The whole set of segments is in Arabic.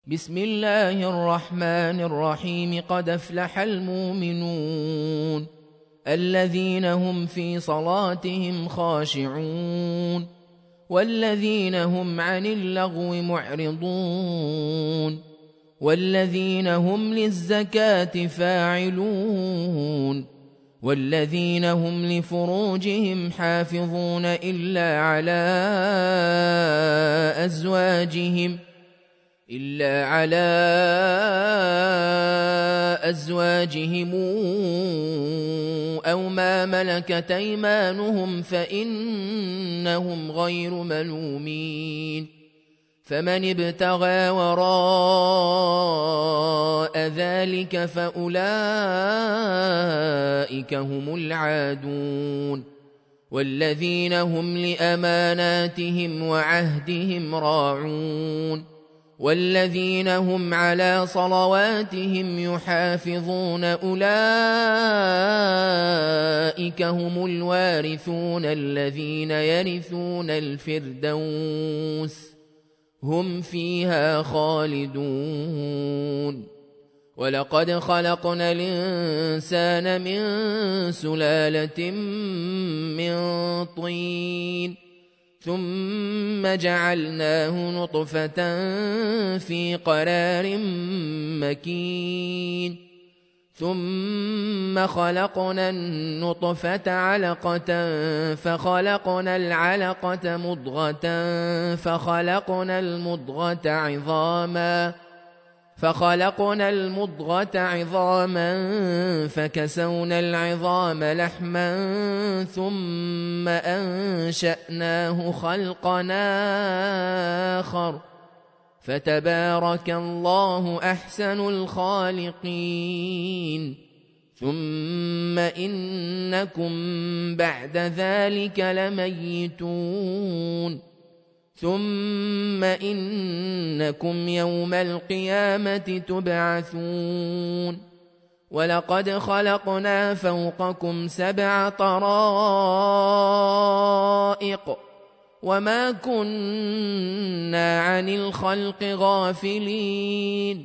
بسم الله الرحمن الرحيم. قد أفلح المؤمنون الذين هم في صلاتهم خاشعون والذين هم عن اللغو معرضون والذين هم للزكاة فاعلون والذين هم لفروجهم حافظون إلا على أزواجهم أو ما ملكت أيمانهم فإنهم غير ملومين. فمن ابتغى وراء ذلك فأولئك هم العادون والذين هم لأماناتهم وعهدهم راعون والذين هم على صلواتهم يحافظون أولئك هم الوارثون الذين يرثون الفردوس هم فيها خالدون. ولقد خلقنا الإنسان من سلالة من طين ثم جعلناه نطفة في قرار مكين ثم خلقنا النطفة علقة فخلقنا العلقة مضغة فخلقنا المضغة عظاما فكسونا العظام لحما ثم أنشأناه خلقا آخر فتبارك الله أحسن الخالقين. ثم إنكم بعد ذلك لميتون ثم إنكم يوم القيامة تبعثون. ولقد خلقنا فوقكم 7 طرائق وما كنا عن الخلق غافلين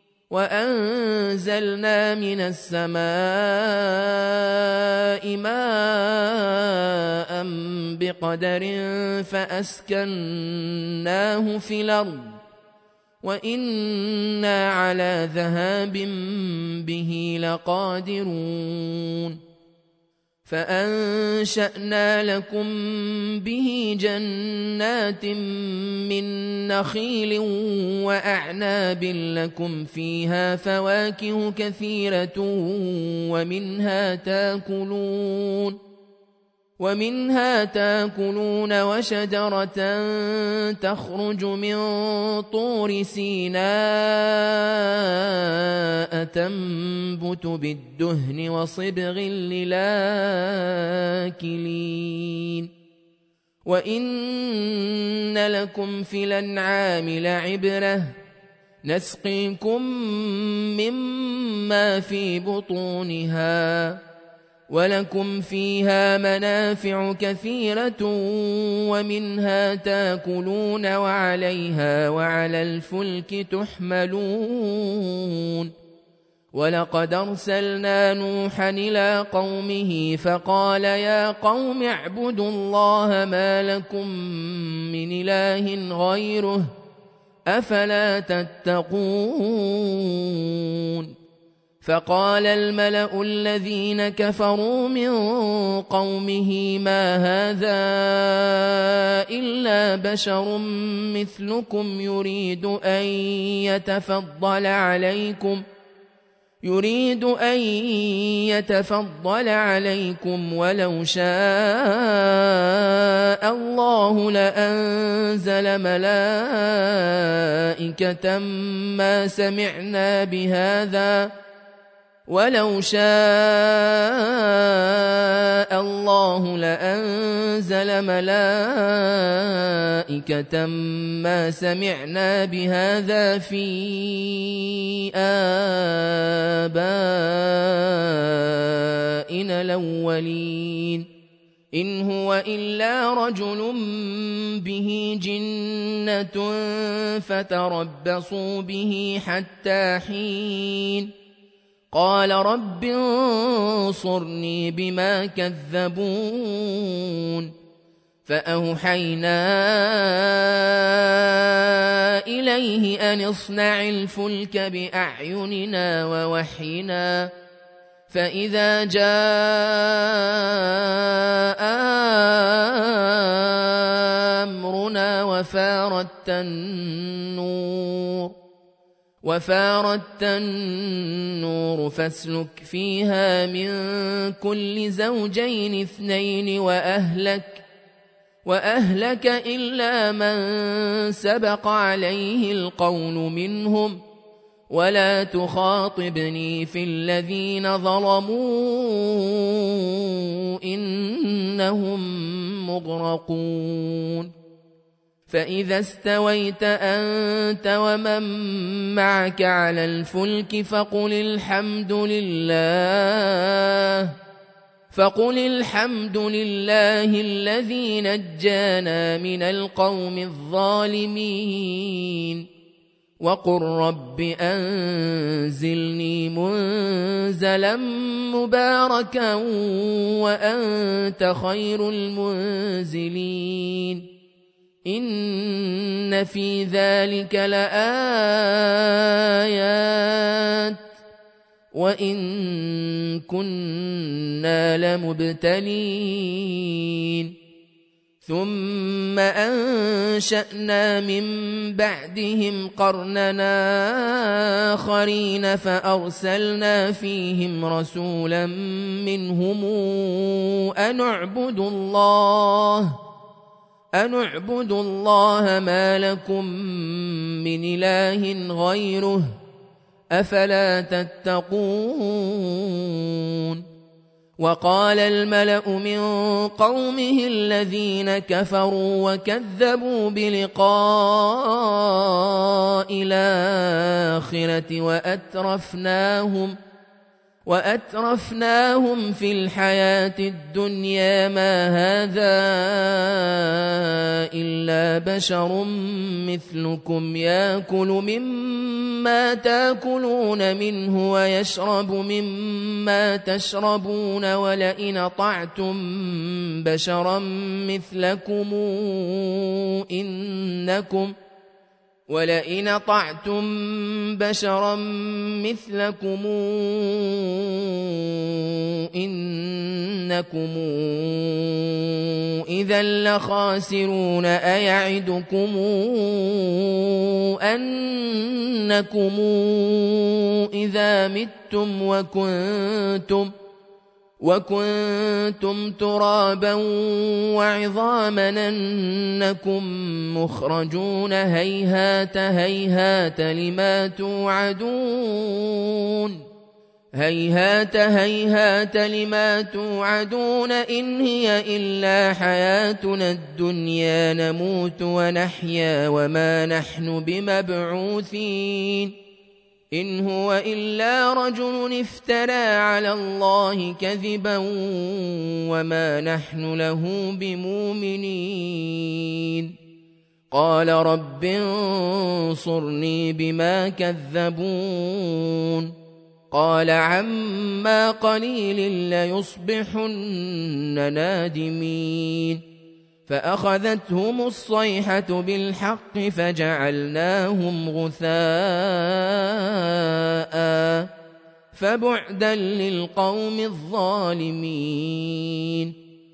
وأنزلنا من السماء ماء بقدر فأسكناه في الأرض وإنا على ذهاب به لقادرون. فأنشأنا لكم به جنات من نخيل وأعناب لكم فيها فواكه كثيرة ومنها تاكلون وشجرة تخرج من طور سيناء تنبت بالدهن وصبغ للآكلين. وإن لكم في الأنعام لعبرة نسقيكم مما في بطونها ولكم فيها منافع كثيرة ومنها تاكلون وعليها وعلى الفلك تحملون. ولقد أرسلنا نوحا إلى قومه فقال يا قوم اعبدوا الله ما لكم من إله غيره أفلا تتقون. فقال الملأ الذين كفروا من قومه ما هذا إلا بشر مثلكم يريد أن يتفضل عليكم ولو شاء الله لأنزل ملائكة ما سمعنا بهذا في آبائنا الأولين إن هو إلا رجل به جنة فتربصوا به حتى حين قال رب انصرني بما كذبون فأوحينا إليه أن اصنع الفلك بأعيننا ووحينا فإذا جاء أمرنا وفارت النور فاسلك فيها من كل زوجين اثنين وأهلك إلا من سبق عليه القول منهم ولا تخاطبني في الذين ظلموا إنهم مغرقون فإذا استويت أنت ومن معك على الفلك فقل الحمد لله الذي نجانا من القوم الظالمين وقل رب أنزلني منزلا مباركا وأنت خير المنزلين إن في ذلك لآيات وإن كنا لمبتلين ثم أنشأنا من بعدهم قرننا آخرين فأرسلنا فيهم رسولا منهم أن اعبدوا الله ما لكم من إله غيره أفلا تتقون وقال الملأ من قومه الذين كفروا وكذبوا بلقاء الآخرة وأترفناهم في الحياة الدنيا ما هذا إلا بشر مثلكم يأكل مما تأكلون منه ويشرب مما تشربون ولئن أطعتم بشرا مثلكم إنكم إذا لخاسرون أيعدكم أنكم إذا متم وكنتم ترابا وعظاما أنكم مخرجون هيهات لما توعدون إن هي إلا حياتنا الدنيا نموت ونحيا وما نحن بمبعوثين إن هو إلا رجل افترى على الله كذبا وما نحن له بمؤمنين قال رب انصرني بما كذبون قال عما قليل ليصبحن نادمين فأخذتهم الصيحة بالحق فجعلناهم غثاء فبعدا للقوم الظالمين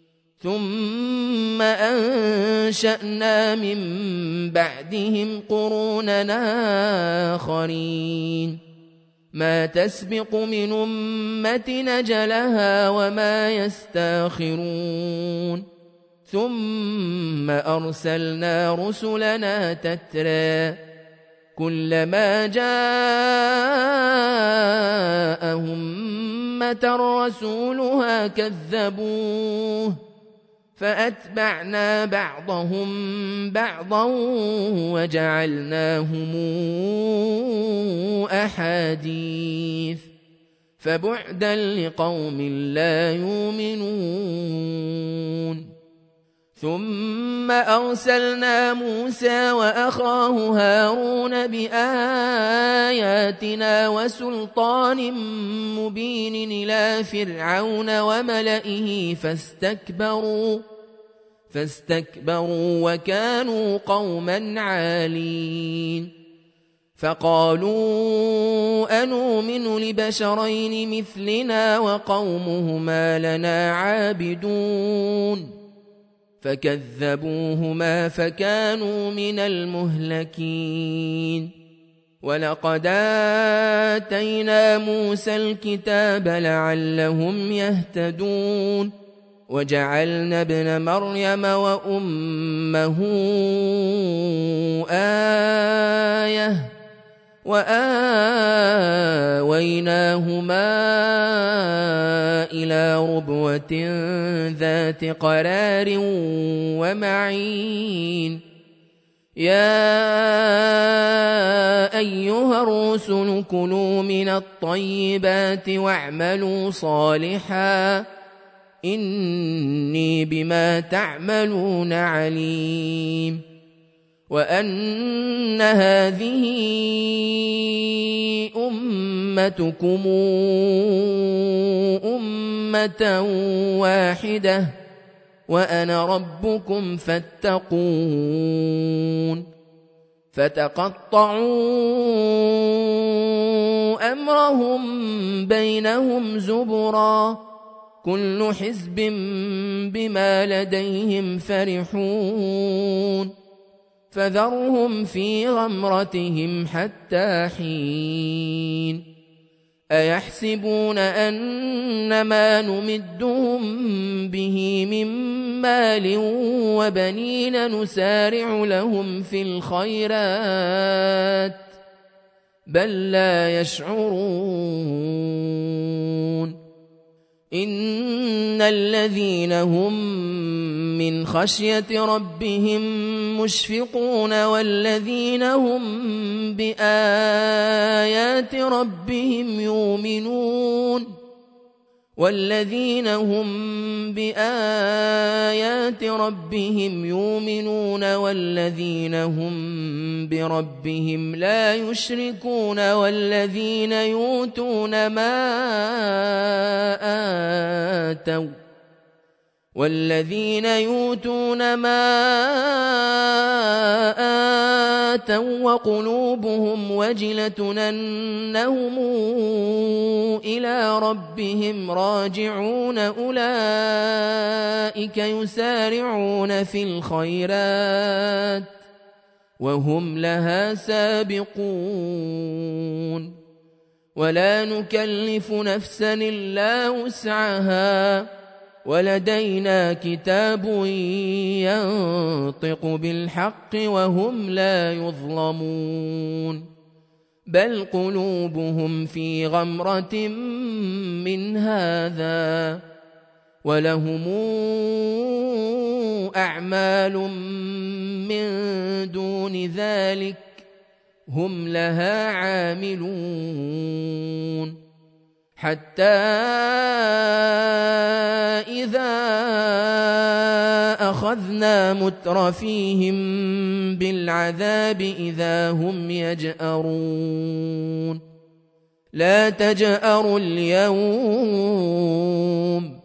ثم أنشأنا من بعدهم قروننا آخرين ما تسبق من أمة نجلها وما يستاخرون ثم أرسلنا رسلنا تترى كلما جاء أمة رسولها كذبوه فأتبعنا بعضهم بعضا وجعلناهم أحاديث فبعدا لقوم لا يؤمنون. ثم أرسلنا موسى وأخاه هارون بآياتنا وسلطان مبين إلى فرعون وملئه فاستكبروا وكانوا قوما عالين. فقالوا أنؤمن لبشرين مثلنا وقومهما لنا عابدون. فكذبوهما فكانوا من المهلكين. ولقد آتينا موسى الكتاب لعلهم يهتدون. وجعلنا ابن مريم وأمه آية وآويناهما إلى ربوة ذات قرار ومعين. يا أيها الرسل كلوا من الطيبات واعملوا صالحا إني بما تعملون عليم. وأن هذه أمتكم أمة واحدة وأنا ربكم فاتقون. فتقطعوا أمرهم بينهم زبرا كل حزب بما لديهم فرحون. فذرهم في غمرتهم حتى حين. أيحسبون أنما نمدهم به من مال وبنين نسارع لهم في الخيرات بل لا يشعرون. إن الذين هم من خشية ربهم مشفقون والذين هم بآيات ربهم يؤمنون والذين هم بربهم لا يشركون والذين يؤتون ما آتوا وقلوبهم وجلة أنهم إلى ربهم راجعون أولئك يسارعون في الخيرات وهم لها سابقون. ولا نكلف نفسا إلا وسعها ولدينا كتاب ينطق بالحق وهم لا يظلمون. بل قلوبهم في غمرة من هذا ولهم أعمال من دون ذلك هم لها عاملون. حتى إذا أخذنا مترفيهم بالعذاب إذا هم يجأرون. لا تجأروا اليوم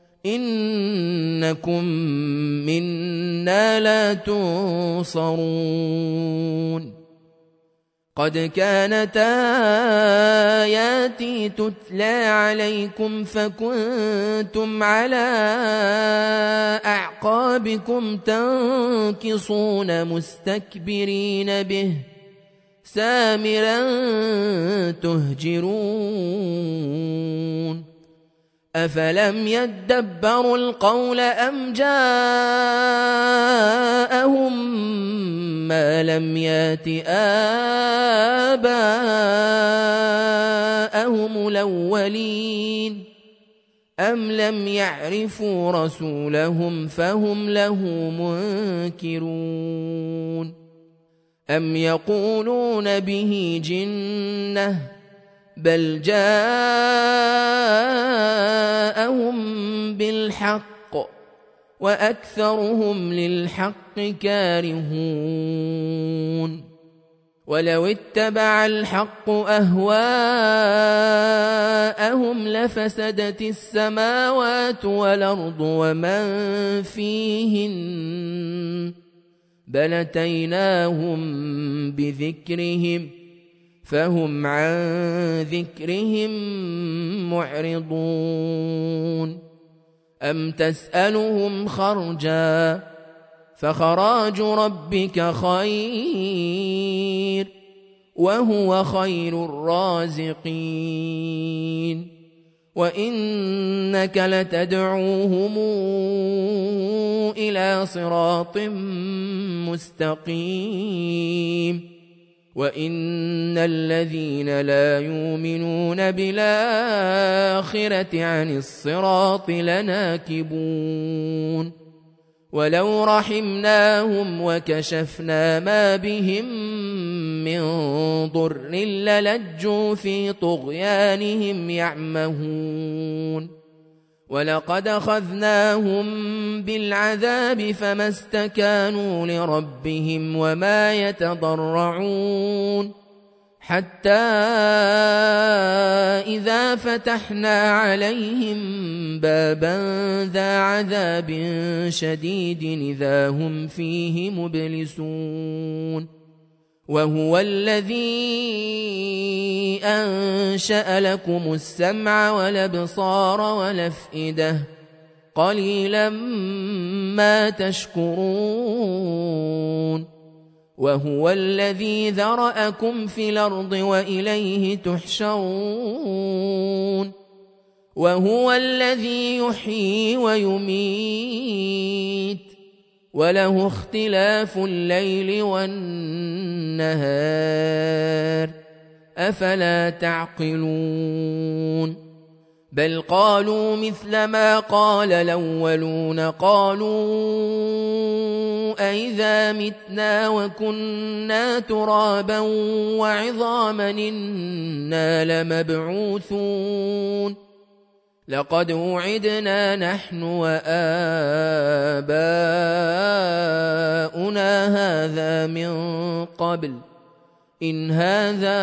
إنكم منا لا تنصرون. قد كانت آياتي تتلى عليكم فكنتم على أعقابكم تنكصون مستكبرين به سامرا تهجرون. أفلم يدبروا القول أم جاءهم ما لم يات آباءهم الأولين أم لم يعرفوا رسولهم فهم له منكرون. أم يقولون به جنة بل جاءهم بالحق وأكثرهم للحق كارهون ولو اتبع الحق أهواءهم لفسدت السماوات والأرض ومن فيهن بل أتيناهم بذكرهم فهم عن ذكرهم معرضون أم تسألهم خرجا فخراج ربك خير وهو خير الرازقين وإنك لتدعوهم إلى صراط مستقيم وإن الذين لا يؤمنون بالآخرة عن الصراط لناكبون ولو رحمناهم وكشفنا ما بهم من ضر للجوا في طغيانهم يعمهون ولقد أخذناهم بالعذاب فما استكانوا لربهم وما يتضرعون حتى إذا فتحنا عليهم بابا ذا عذاب شديد إذا هم فيه مبلسون وهو الذي أنشأ لكم السمع والأبصار والأفئدة قليلا ما تشكرون وهو الذي ذرأكم في الأرض وإليه تحشرون وهو الذي يحيي ويميت وله اختلاف الليل والنهار أفلا تعقلون بل قالوا مثل ما قال الأولون قالوا أئذا متنا وكنا ترابا وعظاما إنا لمبعوثون لقد وعدنا نحن وآباؤنا هذا من قبل إن هذا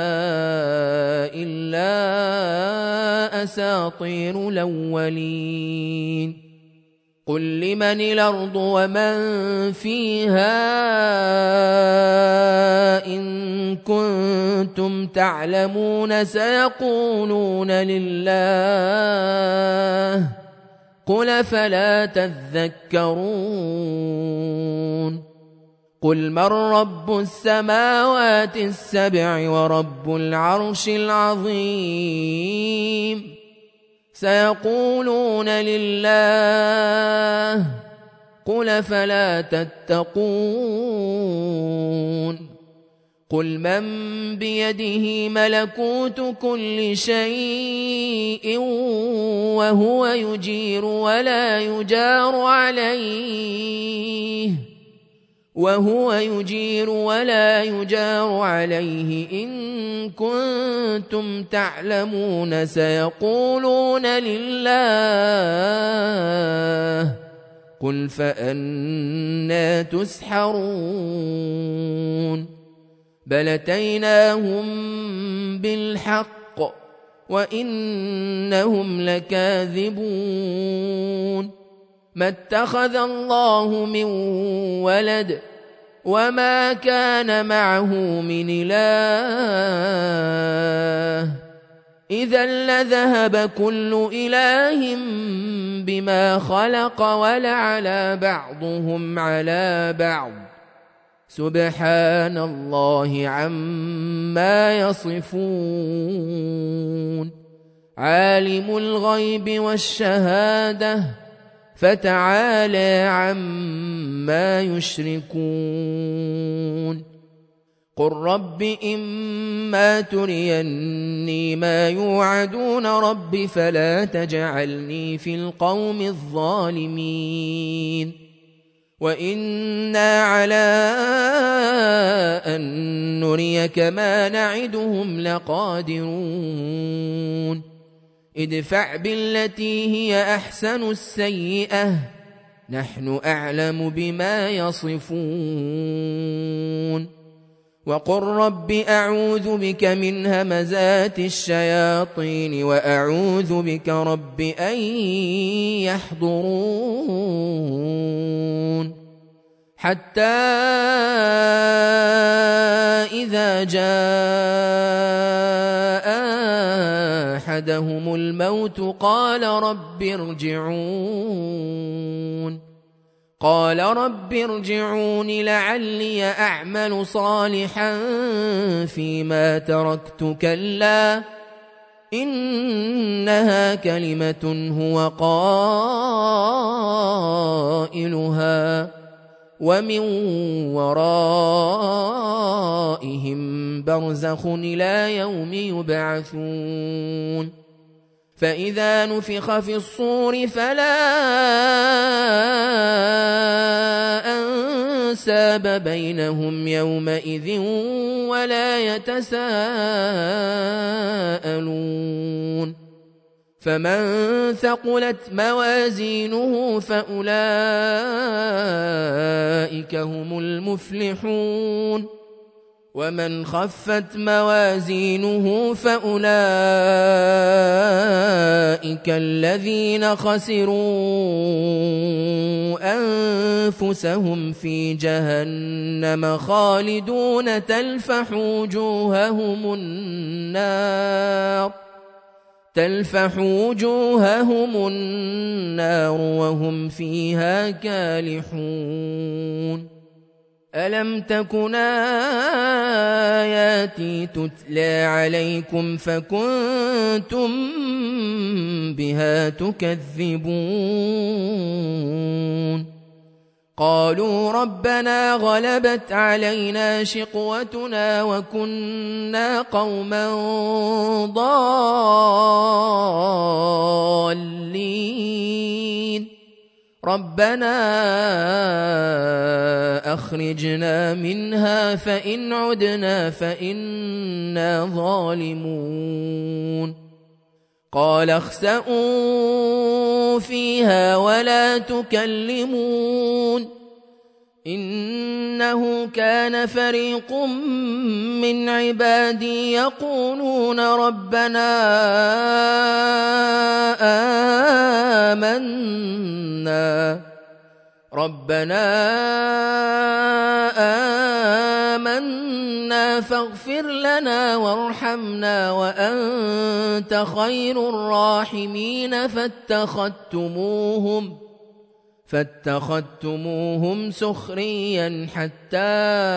إلا أساطير الأولين قل لمن الأرض ومن فيها إن كنتم تعلمون سيقولون لله قل فلا تذكرون قل من رب السماوات السبع ورب العرش العظيم سيقولون لله قل فلا تتقون قل من بيده ملكوت كل شيء وهو يجير ولا يجار عليه إن كنتم تعلمون سيقولون لله قل فأنى تسحرون بل أتيناهم بالحق وإنهم لكاذبون ما اتخذ الله من ولد وما كان معه من إله إذا لذهب كل إله بما خلق ولعلى بعضهم على بعض سبحان الله عما يصفون عالم الغيب والشهادة فتعالى عما يشركون قل رب إما تريني ما يوعدون رب فلا تجعلني في القوم الظالمين وإنا على أن نريك ما نعدهم لقادرون ادفع بالتي هي أحسن السيئة نحن أعلم بما يصفون وقل رب أعوذ بك من همزات الشياطين وأعوذ بك رب أن يحضرون حتى إذا جاء أحدهم الموت قال رب ارجعون لعلي أعمل صالحا فيما تركت كلا إنها كلمة هو قائلها ومن ورائهم برزخ إلى يوم يبعثون فإذا نفخ في الصور فلا أنساب بينهم يومئذ ولا يتساءلون فمن ثقلت موازينه فأولئك هم المفلحون ومن خفت موازينه فأولئك الذين خسروا أنفسهم في جهنم خالدون تلفح وجوههم النار وهم فيها كالحون ألم تكن آياتي تتلى عليكم فكنتم بها تكذبون قالوا ربنا غلبت علينا شقوتنا وكنا قوما ضالين ربنا أخرجنا منها فإن عدنا فإنا ظالمون قال اخسئوا فيها ولا تكلمون إنه كان فريق من عبادي يقولون ربنا آمنا فاغفر لنا وارحمنا وأنت خير الراحمين فاتخذتموهم سخريا حتى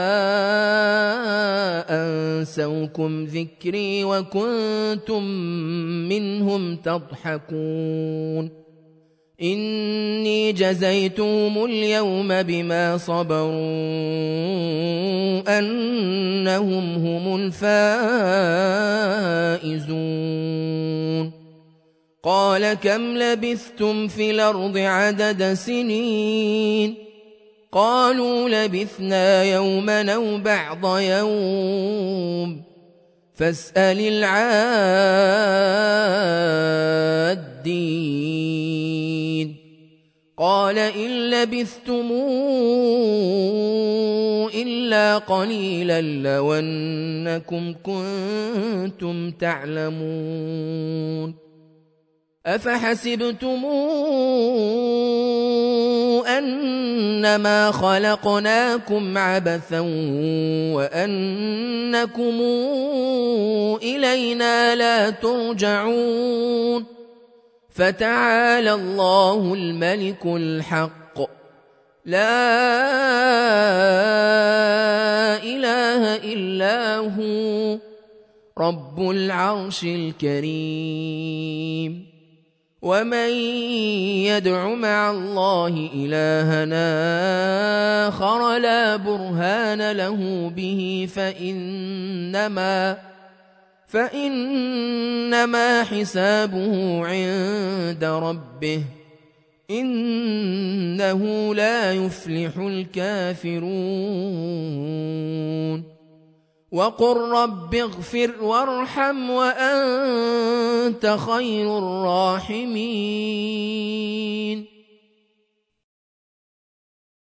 أنسوكم ذكري وكنتم منهم تضحكون إني جزيتهم اليوم بما صبروا أنهم هم الفائزون قال كم لبثتم في الأرض عدد سنين قالوا لبثنا يوما أو بعض يوم فاسأل العادين قال إن لبثتم إلا قليلا لو أنكم كنتم تعلمون أفحسبتم أنما خلقناكم عبثا وأنكم إلينا لا ترجعون فتعالى الله الملك الحق لا إله إلا هو رب العرش الكريم ومن يدع مع الله إلهنا آخر لا برهان له به فإنما حسابه عند ربه إنه لا يفلح الكافرون وقل رب اغفر وارحم وأنت خير الراحمين